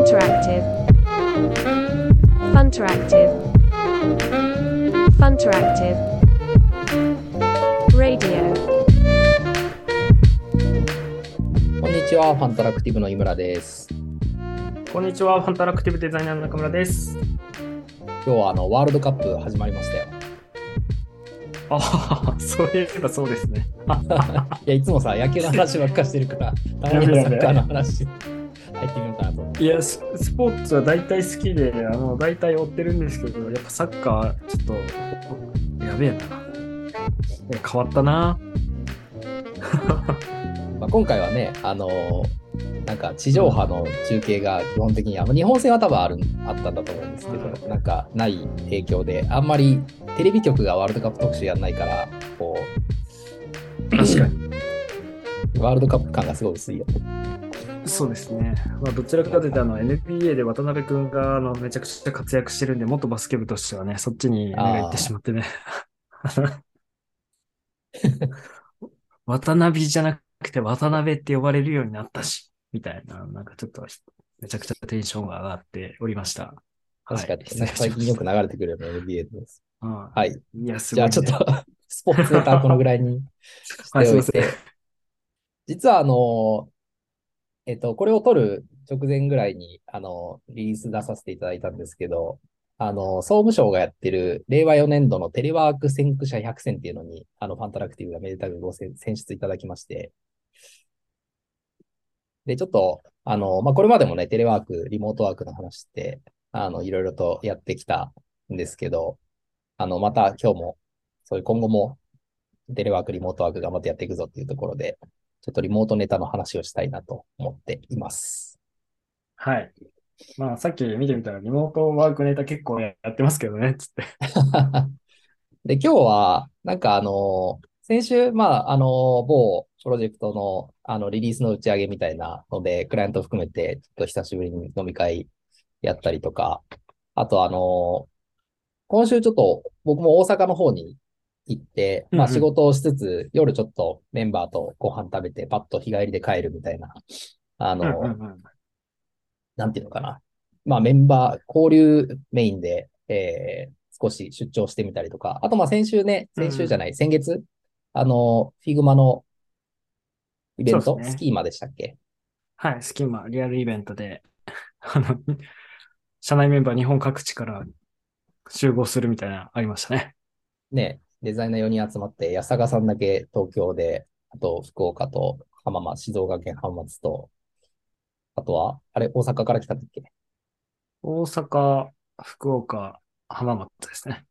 Funteractive. Funteractive. Funteractive. Radio. こんにちは、ファンタラクティブの井村です。 こんにちは、ファンタラクティブデザイナーの中村です。 今日はワールドカップ始まりましたよ。 ああ、そういえばそうですね。 いや、いつもさ、野球の話ばっかしてるから、たまにはサッカーの話入ってみようかなと思って。 いや、スポーツは大体好きで、大体追ってるんですけど、やっぱサッカー、ちょっと、やべえな。変わったな。 まあ今回はね、なんか地上波の中継が基本的に、日本戦は多分あったんだと思うんですけど、なんかない影響で、あんまりテレビ局がワールドカップ特集やんないから、こう、 確かに。 ワールドカップ感がすごい薄いよ。 そうですね。まあ、どちらかというとNBA で渡辺君がめちゃくちゃ活躍してるんで、元バスケ部としてはね、そっちに目がいってしまってね。渡辺じゃなくて渡辺って呼ばれるようになったし、みたいな、なんかちょっとめちゃくちゃテンションが上がっておりました。 確かに、 はい、 なんか最近よく流れてくるよね、NBA です。はい。 いや、すじゃごい、ね。 あちょっとスポーツネタはこのぐらいにしておいて、 はい、 実はこれを撮る直前ぐらいに、リリース出させていただいたんですけど、総務省がやってる令和4年度のテレワーク先駆者100選っていうのに、ファンタラクティブがめでたくご選出いただきまして、で、ちょっと、まあ、これまでもね、テレワーク、リモートワークの話って、いろいろとやってきたんですけど、また今日も、そういう今後もテレワーク、リモートワーク頑張ってやっていくぞっていうところで、ちょっとリモートネタの話をしたいなと思っています。 はい。まあ、さっき見てみたら、リモートワークネタ結構やってますけどね、つって。 で、今日は、なんか先週、まあ、某プロジェクトの、リリースの打ち上げみたいなので、クライアント含めて、ちょっと久しぶりに飲み会やったりとか、あと今週ちょっと僕も大阪の方に行って、まあ仕事をしつつ、夜ちょっとメンバーとご飯食べて、パッと日帰りで帰るみたいな、なんていうのかな。まあメンバー、交流メインで、少し出張してみたりとか、あとまあ先週ね、先週じゃない、先月、Figma のイベント、スキーマでしたっけ？ はい、スキーマ、リアルイベントで、社内メンバー日本各地から集合するみたいなありましたね。 ね、デザイナー4人集まって、安坂さんだけ東京で、あと福岡と浜松、静岡県浜松と、あとは、あれ、大阪から来たんだっけ？ 大阪、福岡、浜松ですね。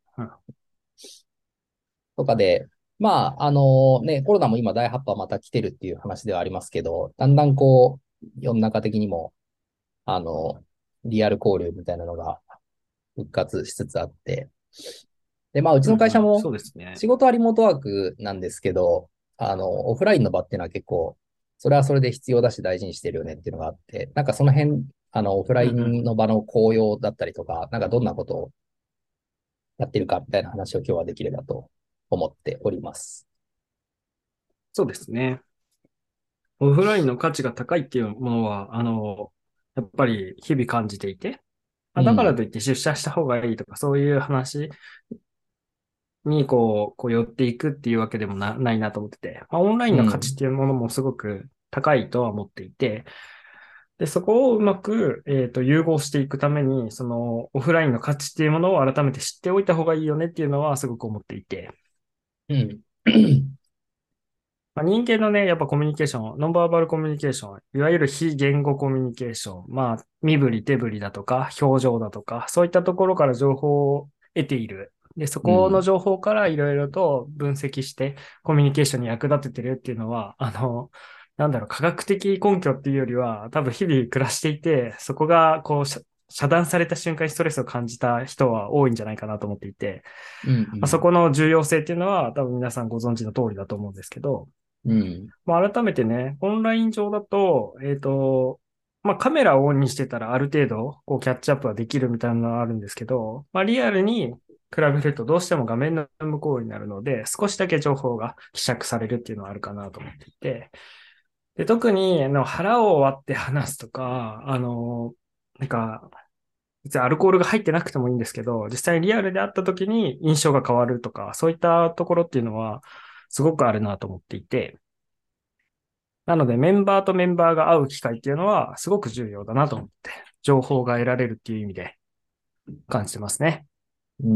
とかで、まあ、ね、コロナも今第8波また来てるっていう話ではありますけど、だんだんこう、世の中的にも、リアル交流みたいなのが復活しつつあって、で、まあ、うちの会社もそうですね。 仕事はリモートワークなんですけど、オフラインの場っていうのは結構、それはそれで必要だし大事にしてるよねっていうのがあって、なんかその辺、オフラインの場の効用だったりとか、なんかどんなことをやってるかみたいな話を今日はできればと思っております。 そうですね。オフラインの価値が高いっていうものは、やっぱり日々感じていて、だからといって出社した方がいいとか、そういう話にこう寄っていくっていうわけでもないなと思ってて、オンラインの価値っていうものもすごく高いとは思っていて、で、そこをうまく、融合していくために、そのオフラインの価値っていうものを改めて知っておいた方がいいよねっていうのはすごく思っていて、人間のね、やっぱコミュニケーション、ノンバーバルコミュニケーション、いわゆる非言語コミュニケーション、身振り手振りだとか、表情だとか、そういったところから情報を得ている。で、そこの情報からいろいろと分析してコミュニケーションに役立ててるっていうのは、科学的根拠っていうよりは、多分日々暮らしていて、そこがこう、遮断された瞬間にストレスを感じた人は多いんじゃないかなと思っていて、そこの重要性っていうのは多分皆さんご存知の通りだと思うんですけど、改めてね、オンライン上だと、カメラをオンにしてたらある程度、こう、キャッチアップはできるみたいなのがあるんですけど、リアルに比べるとどうしても画面の向こうになるので、少しだけ情報が希釈されるっていうのはあるかなと思っていて、で、特に、腹を割って話すとか、 なんか、別にアルコールが入ってなくてもいいんですけど、実際にリアルで会った時に印象が変わるとか、そういったところっていうのは、すごくあるなと思っていて、なのでメンバーとメンバーが会う機会っていうのは、すごく重要だなと思って、情報が得られるっていう意味で感じてますね。 うん。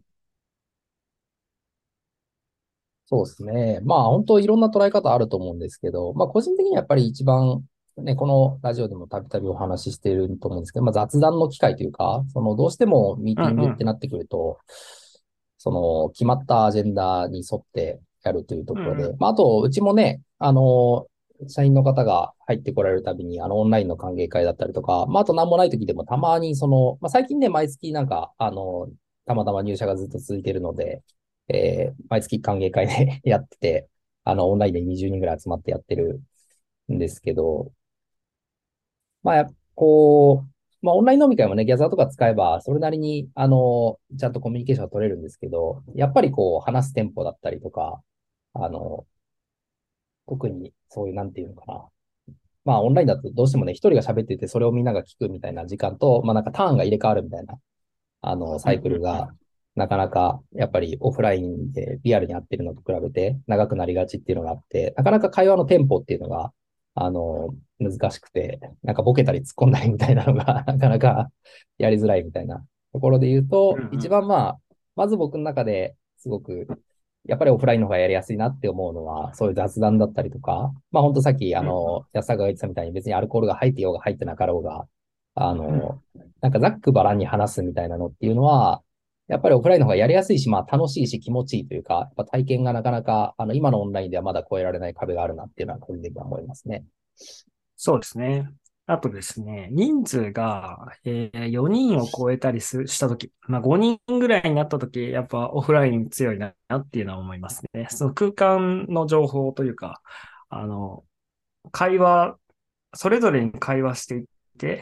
そうですね。まあ本当いろんな捉え方あると思うんですけど、まあ個人的にはやっぱり一番ね、このラジオでもたびたびお話ししていると思うんですけど、まあ雑談の機会というか、どうしてもミーティンうんうん。 グってなってくると、決まったアジェンダに沿ってやるというところで、 うんうん。 まああと、うちもね、社員の方が入ってこられるたびに、オンラインの歓迎会だったりとか、まああと何もない時でもたまにまあ最近ね、毎月なんか、たまたま入社がずっと続いているので、毎月歓迎会でやってて、オンラインで20人ぐらい集まってやってるんですけど、まあ、まあ、オンライン飲み会もね、ギャザーとか使えば、それなりに、ちゃんとコミュニケーションが取れるんですけど、やっぱり話すテンポだったりとか、あの、特にそういう、なんていうのかな。まあ、オンラインだとどうしてもね、一人が喋ってて、それをみんなが聞くみたいな時間と、まあ、なんかターンが入れ替わるみたいな、サイうんうんうん。 クルが、なかなか、やっぱりオフラインでリアルにやってるのと比べて長くなりがちっていうのがあって、なかなか会話のテンポっていうのが、難しくて、なんかボケたり突っ込んだりみたいなのがなかなかやりづらいみたいなところで言うと、一うんうん。 番まあ、まず僕の中ですごく、やっぱりオフラインの方がやりやすいなって思うのは、そういう雑談だったりとか、まあ本当さっき、 うんうん。 安坂が言ってたみたいに別にアルコールが入ってようが入ってなかろうが、あうんの、なんかざっくばらんに話すみたいなのっていうのは、やっぱりオフラインの方がやりやすいし、まあ楽しいし気持ちいいというか、やっぱ体験がなかなか、今のオンラインではまだ越えられない壁があるなっていうのは個人的には思いますね。 そうですね。あとですね、人数が、4人を超えたりしたとき、まあ5人ぐらいになったとき、やっぱオフライン強いなっていうのは思いますね。その空間の情報というか、あの、会話、それぞれに会話していって、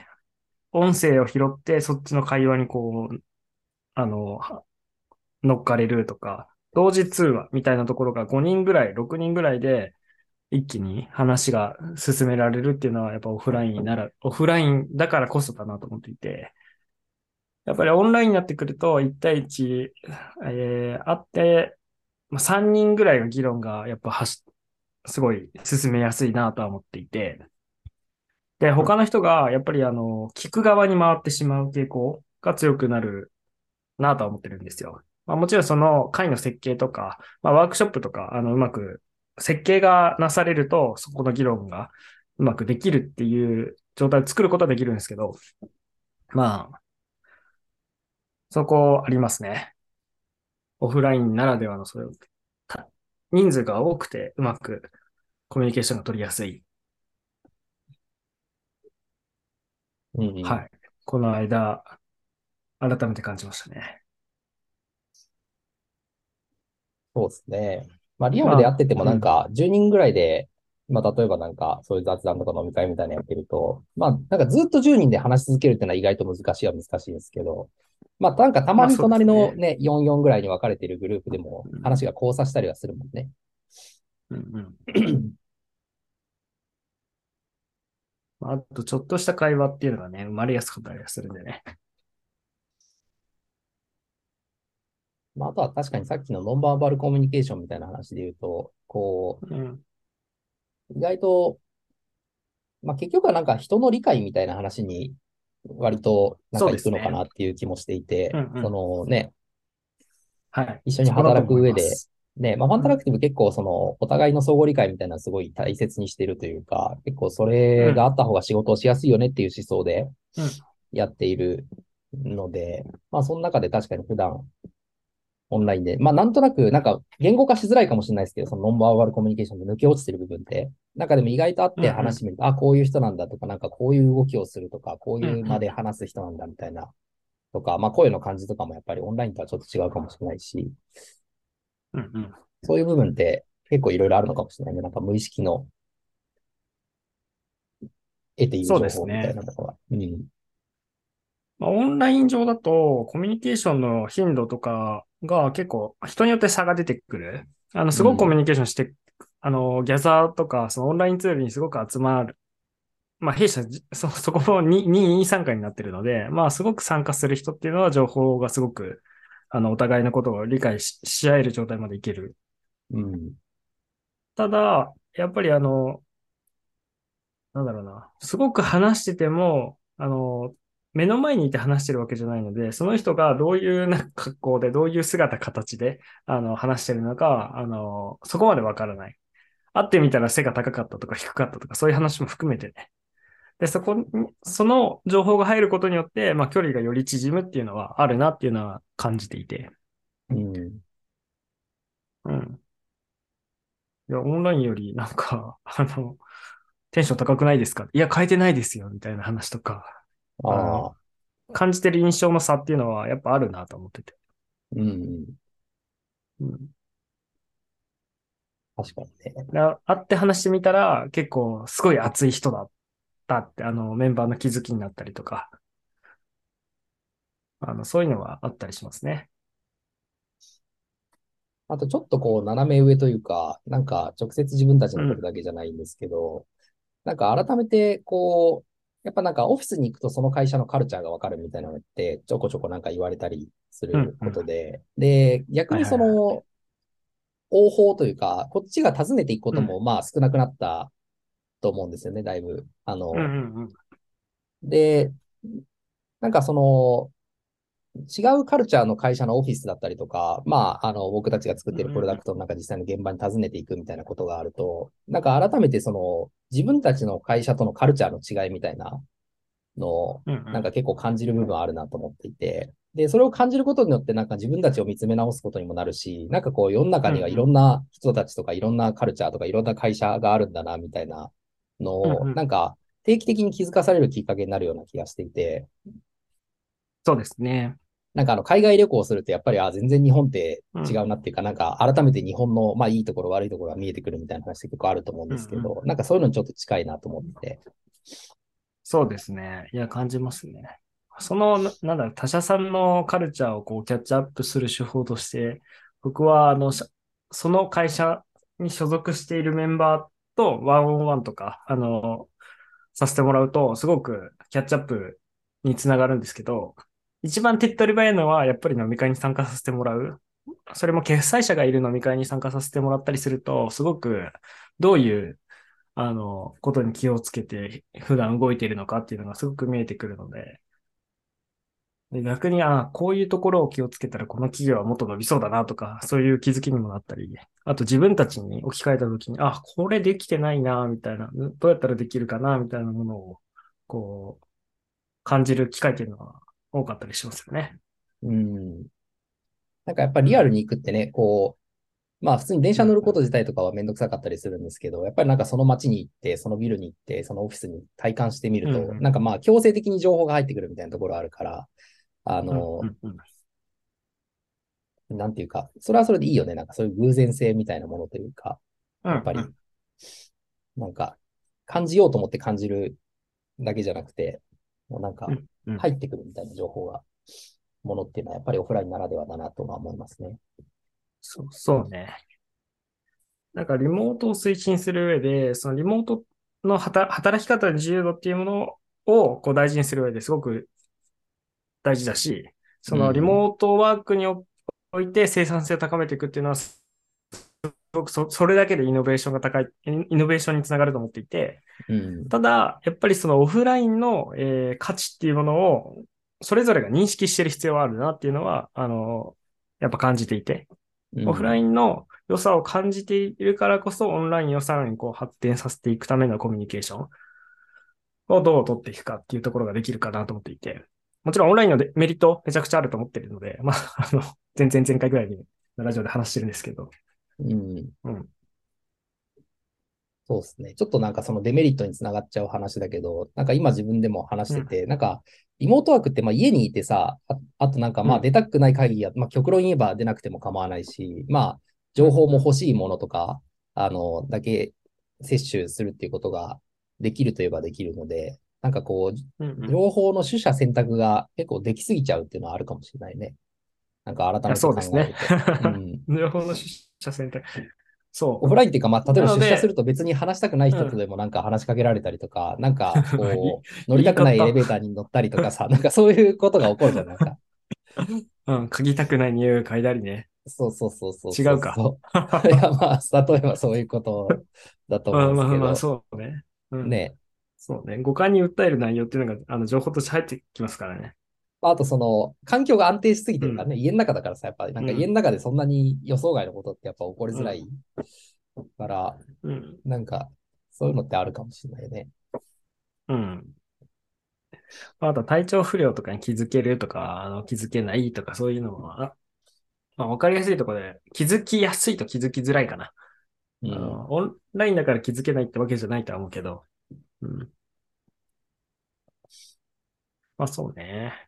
音声を拾って、そっちの会話にあの、乗っかれるとか、同時通話みたいなところが5人ぐらい、6人ぐらいで、一気に話が進められるっていうのはやっぱオフラインだからこそだなと思っていて、やっぱりオンラインになってくると1対1、あって、まあ、3人ぐらいの議論がやっぱすごい進めやすいなとは思っていて、で、他の人がやっぱり聞く側に回ってしまう傾向が強くなるなとは思ってるんですよ。まあ、もちろんその会の設計とか、まあ、ワークショップとか、うまく設計がなされると、そこの議論がうまくできるっていう状態を作ることはできるんですけど、まあ、そこありますね。オフラインならではのそういう、た人数が多くてうまくコミュニケーションが取りやすい。 うんうん。 はい。この間、改めて感じましたね。 そうですね。まあリアルまあ、 で会っててもうん。 なんか10人ぐらいで、まあ例えばなんかそういう雑談とか飲み会みたいなのやってると、まあなんかずっと10人で話し続けるっていうのは意外と難しいは難しいんですけど、まあなんかたままあそうでに隣すね。 のね、44ぐらいに分かれているグループでもうん。 話が交差したりはするもんね。 うんうん。あと、ちょっとした会話っていうのがね、生まれやすかったりはするんでね。 まあ、あとは確かにさっきのノンバーバルコミュニケーションみたいな話で言うと、 うん。 意外と、まあ結局はなんか人の理解みたいな話に割となんそうか行くのかですね。 なっていう気もしていて、 うんうん。 一はい。 緒にそこだと働く思い上で、 ます。 ね、まあファンタラクティブ結構お互いの相互理解みたいなのをすごい大切にしてるというか、結構それがあうん。 った方が仕事をしやすいよねっていう思想でうん。 やっているので、まあその中で確かに普段オンラインで。まあ、なんとなく、なんか、言語化しづらいかもしれないですけど、そのノンバーバルコミュニケーションで抜け落ちてる部分って、なんかでも意外とあっうん。うん。 て話してみると、あ、こういう人なんだとか、なんかこういう動きをするとか、こううん。 いう間で話す人なんだみたいな、とか、まあ、声の感じとかもやっぱりオンラインとはちょっと違うかもしれないし、 うん。うん。 そういう部分って結構いろいろあるのかもしれないね。なんか無意識の得ているそうで情報みたいすね。 なものが。うん。 まあ、オンライン上だと、コミュニケーションの頻度とかが結構人によって差が出てくる。すうん。 ごくコミュニケーションして、ギャザーとか、そのオンラインツールにすごく集まる。 まあ弊社、そこも任意参加になってるので、まあすごく参加する人っていうのは情報がすごく、お互いのことを理解し合える状態までいける。 うん。 ただ、やっぱりなんだろうな、すごく話してても、目の前にいて話してるわけじゃないので、その人がどういうなんか格好で、どういう姿、形で、話してるのか、そこまでわからない。会ってみたら背が高かったとか低かったとか、そういう話も含めてね。で、その情報が入ることによって、まあ、距離がより縮むっていうのはあるなっていうのは感じていて。 うん。 うん。いや、オンラインより、なんか、テンション高くないですか？いや、変えてないですよ、みたいな話とか、あの、 ああ、 感じてる印象の差っていうのはやっぱあるなと思ってて。 うん。 うん。 確かにね。 会って話してみたら、結構すごい熱い人だったって、メンバーの気づきになったりとか、そういうのはあったりしますね。 あとちょっとこう斜め上というか、なんか直接自分たちのことうん。 だけじゃないんですけど、なんか改めてこう、やっぱなんかオフィスに行くとその会社のカルチャーがわかるみたいなのってちょこちょこなんか言われたりすうん。 るうん。 ことで、で、逆にはいはいはい。 応報というか、こっちが訪ねていくこうん。 ともまあ少なくなったと思うんですよね、だいぶ。 うんうんうん。 で、なんか違うカルチャーの会社のオフィスだったりとか、まあ、僕たちが作っているプロダうんうんクトの中実際の現場に訪ねていくみたいなことがあると、なんか改めて自分たちの会社とのカルチャーの違いみたいなのを、 うん。うんうん。 なんか結構感じる部分あるなと思っていて、で、それを感じることによってなんか自分たちを見つめ直すことにもなるし、なんかこう世の中にはいろんな人たちとかいろんなカルチャーとかいろんな会社があるんだなみたいなのを、 うんうん。 なんか定期的に気づかされるきっかけになるような気がしていて、 そうですね。 なんか海外旅行するとやっぱり、全然日本って違うん。 うなっていうか、なんか改めて日本の、まあいいところ悪いところが見えてくるみたいな話って結構あると思うんうんうん。 ですけど、なんかそういうのにちょっと近いなと思ってて。 そうですね。いや、感じますね。なんだろう、他社さんのカルチャーをこうキャッチアップする手法として、僕は、その会社に所属しているメンバーとワンオンワンとか、させてもらうと、すごくキャッチアップにつながるんですけど、一番手っ取り早いのは、やっぱり飲み会に参加させてもらう。それも決済者がいる飲み会に参加させてもらったりすると、すごく、どういうことに気をつけて普段動いているのかっていうのがすごく見えてくるので、で逆に、こういうところを気をつけたらこの企業はもっと伸びそうだなとか、そういう気づきにもなったり、あと自分たちに置き換えたときに、これできてないな、みたいな、どうやったらできるかな、みたいなものを、こう、感じる機会っていうのは多かったりしますよね。 うん。なんかやっぱりリアルうん。 に行くってね、こう、まあ普通に電車乗ることうん。 自体とかはめんどくさかったりするんですけど、やっぱりなんかその街に行って、そのビルに行って、そのオフィスに体感してみるうん。うと、なんん。 かまあ強制的に情報が入ってくるみたいなところあるから、あうん。うの、 ん。うん。 なんていうか、それはそれでいいよね。なんかそういう偶然性みたいなものというか、 うん。 やっぱり、 うん。 なんか、感じようと思って感じるだけじゃなくて、もうなんか、 うん。うん。 入ってくるみたいな情報が、ものっていうのは、やっぱりオフラインならではだなとは思いますね。 そうね。なんかリモートを推進する上で、そのリモートの働き方の自由度っていうものをこう大事にする上ですごく大事だし、そのリうん、 モートワークにおいて生産性を高めていくっていうのは、すごくそれだけでイノベーションが高い、イノベーションにつながると思っていて、 うん、 ただ、やっぱりそのオフラインの、価値っていうものを、それぞれが認識している必要はあるなっていうのは、やっぱ感じていて、オフライうん、 ンの良さを感じているからこそ、オンラインをさらにこう発展させていくためのコミュニケーションをどう取っていくかっていうところができるかなと思っていて、もちろんオンラインのメリットめちゃくちゃあると思っているので、まあ、前回ぐらいにラジオで話してるんですけど、 うん。 うん、 そうですね。ちょっとなんかそのデメリットにつながっちゃう話だけど、なんか今自分でも話しうん、 てて、なんかリモートワークってまあ家にいてさ、あとなんかうん、 まあ出たくない限りは、まあ極論言えば出なくても構わないし、まあうん、 情報も欲しいものとか、だけ摂取するっていうことができるといえばできるので、なんかこう、 うん、うん。い情報の取捨選択が結構できすぎちゃうっていうのはあるかもしれないね。なんか改や、 めてそうですね。 考えると。うん。 情報の取捨選択。 オフラインっていうか、まあ、例えば出社すなので、 ると別に話したくないうん。 人とでもなんか話しかけられたりとか、なんかまあこう、乗りたくないエレ言い方。 ベーターに乗ったりとかさ、なんかそういうことが起こるじゃん、なんか。 うん、嗅ぎたくない匂いを嗅いだりね。 そうそうそうそう違うか。 そうそう。いや、まあ、例えばそういうことだと思うんでまあまあまあ、 すけど、 そうね。うん。 ね。 そうね。五感に訴える内容っていうのが、情報として入ってきますからね。 まああとその、環境が安定しすぎてうん。 るからね、家の中だからさ、やっぱりなんか家のうん。 中でそんなに予想外のことってやっぱ起こりうん。 づらいから、 うん。 なんか、そういうのってあるかもしれないよね。 うん。まあ、あと体調不良とかに気づけるとか、気づけないとか、そういうのは、まあ、わかりやすいところで、気づきやすいと気づきづらいかな。 うん。 オンラインだから気づけないってわけじゃないとは思うけど、うん。まあそうね。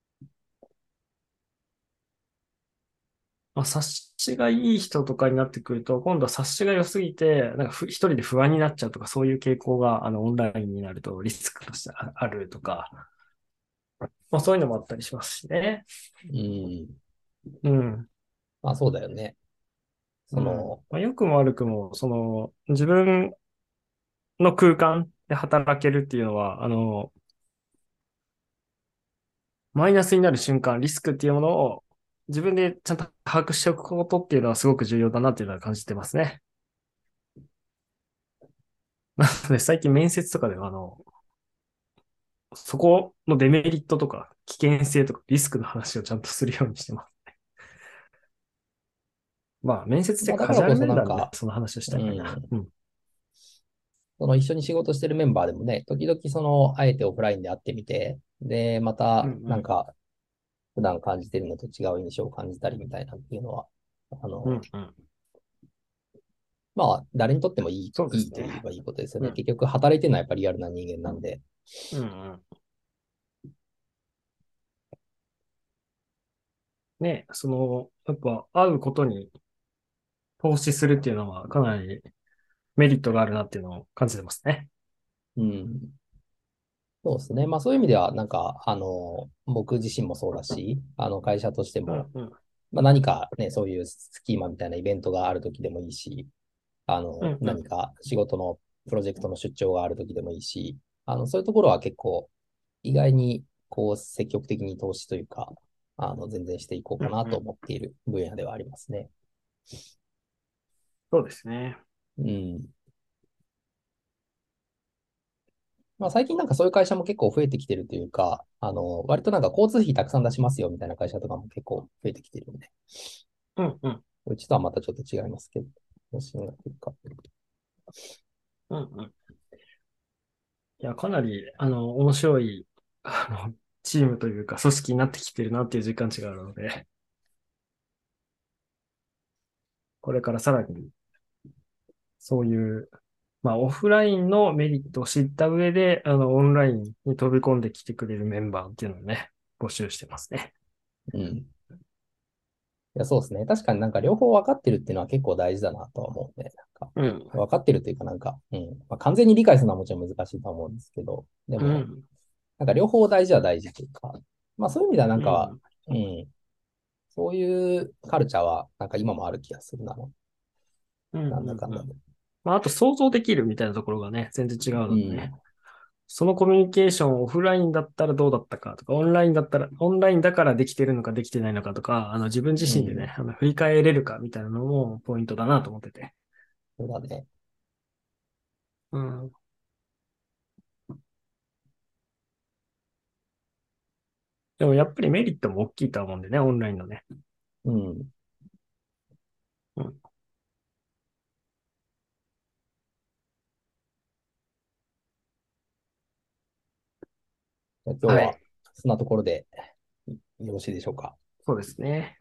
まあ察しがいい人とかになってくると、今度は察しが良すぎて、なんか一人で不安になっちゃうとか、そういう傾向が、オンラインになるとリスクとしてあるとか、まあそういうのもあったりしますしね。 うん。 うん。 まあそうだよね。そうん。 の、 まあ良くも悪くも、自分の空間で働けるっていうのは、マイナスになる瞬間、リスクっていうものを自分でちゃんと把握しておくことっていうのはすごく重要だなっていうのは感じてますね。なので最近面接とかでは、そこのデメリットとか危険性とかリスクの話をちゃんとするようにしてます。まあ、面接ってまあだカジュアルからこそ面談でなんか、 その話をしうたいからな。 ん。 うん。 その一緒に仕事してるメンバーでもね、時々その、あえてオフラインで会ってみて、で、また、 うんうん。 なんか、普段感じてるのと違う印象を感じたりみたいなっていうのは、 うんうん。 まあ、誰にとってもそうでいいすね。 と言えばいいことですよね。 うん。 結局、働いてるのはやっぱりリアルな人間なんで。 うんうん。ね、やっぱ会うことに投資するっていうのはかなりメリットがあるなっていうのを感じてますね。 うん。そうですね。まあそういう意味では、なんか、僕自身もそうだし、会社としても、 うんうん。 まあ何かね、そういうスキーマみたいなイベントがあるときでもいいし、 うんうん。 何か仕事のプロジェクトの出張があるときでもいいし、そういうところは結構、意外に、こう、積極的に投資というか、全然していこうかなとうんうん。 思っている分野ではありますね。 そうですね。 うん。まあ、最近なんかそういう会社も結構増えてきてるというか、割となんか交通費たくさん出しますよみたいな会社とかも結構増えてきてるんで、 うんうん。 うちとはまたちょっと違いますけど、方針がというか。 うんうん。いや、かなり、面白い、チームというか、組織になってきてるなっていう実感値があるので、これからさらに、そういう、まあ、オフラインのメリットを知った上で、オンラインに飛び込んできてくれるメンバーっていうのをね、募集してますね。 うん。いや、そうですね。確かになんか両方分かってるっていうのは結構大事だなとは思うね。なんか、 うん。 分かってるというかなんか、うん。まあ、完全に理解するのはもちろん難しいと思うんですけど、でも、 うん。 なんか両方大事は大事というか、まあそういう意味ではなんか、 うん。 うん。そういうカルチャーはなんか今もある気がするな。 うん。 なんだうん。うん。 かんだで。 まあ、あと想像できるみたいなところがね、全然違ううのでね。 ん。 そのコミュニケーションオフラインだったらどうだったかとか、オンラインだったら、オンラインだからできてるのかできてないのかとか、自分自うん。 身でね、振り返れるかみたいなのもポイントだなと思ってて。 そうだね。 うん。でもやっぱりメリットも大きいと思うんでね、オンラインのね。 うん。 うん。 じゃあ今日ははい。 そんなところでよろしいでしょうか。 そうですね。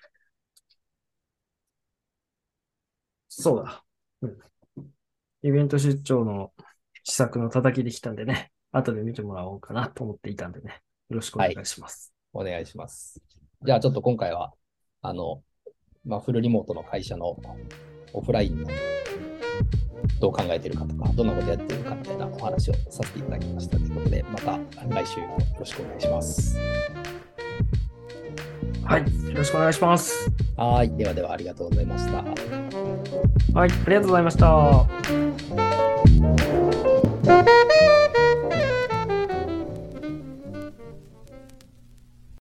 そうだ。うん。イベント出張の施策の叩きできたんでね、後で見てもらおうかなと思っていたんでね、よろしくお願はい。 いします。 お願いします。じゃあちょっと今回は、あの、まあ、フルリモートの会社のオフラインのどう考えているかとか、どんなことやっているかみたいなお話をさせていただきましたということで、また来週よろしくお願いします。 はい。よろしくお願いします。 はい。ではではありがとうございました。 はい、ありがとうございました。